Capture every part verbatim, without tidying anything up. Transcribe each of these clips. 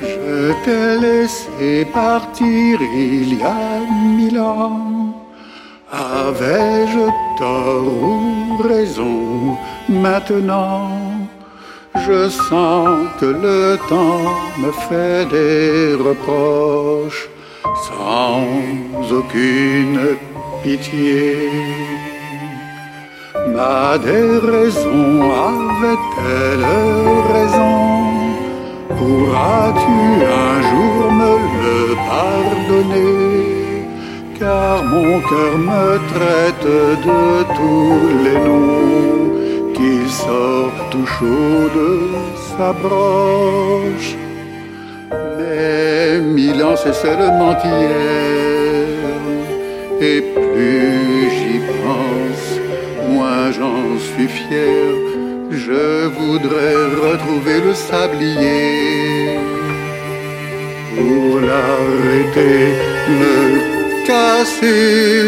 Je t'ai laissé partir il y a mille ans. Avais-je tort ou raison maintenant? Je sens que le temps me fait des reproches sans aucune pitié. Ma déraison avait-elle raison? Pourras-tu un jour me le pardonner? Car mon cœur me traite de tous les noms qui sortent tout chaud de sa broche. Mais mille ans c'est seulement hier, et plus j'y pense, moins j'en suis fier. Je voudrais retrouver le sablier pour l'arrêter, me casser.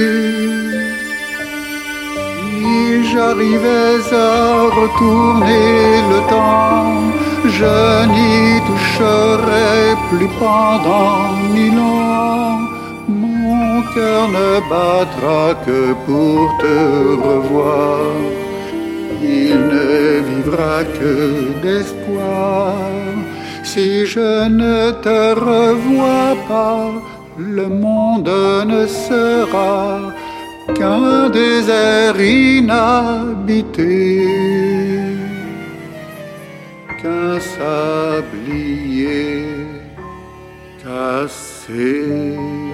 Si j'arrivais à retourner le temps, je n'y toucherai plus pendant mille ans. Mon cœur ne battra que pour te revoir. Il ne vivra que d'espoir. Si je ne te revois pas, le monde ne sera qu'un désert inhabité, qu'un sablier cassé.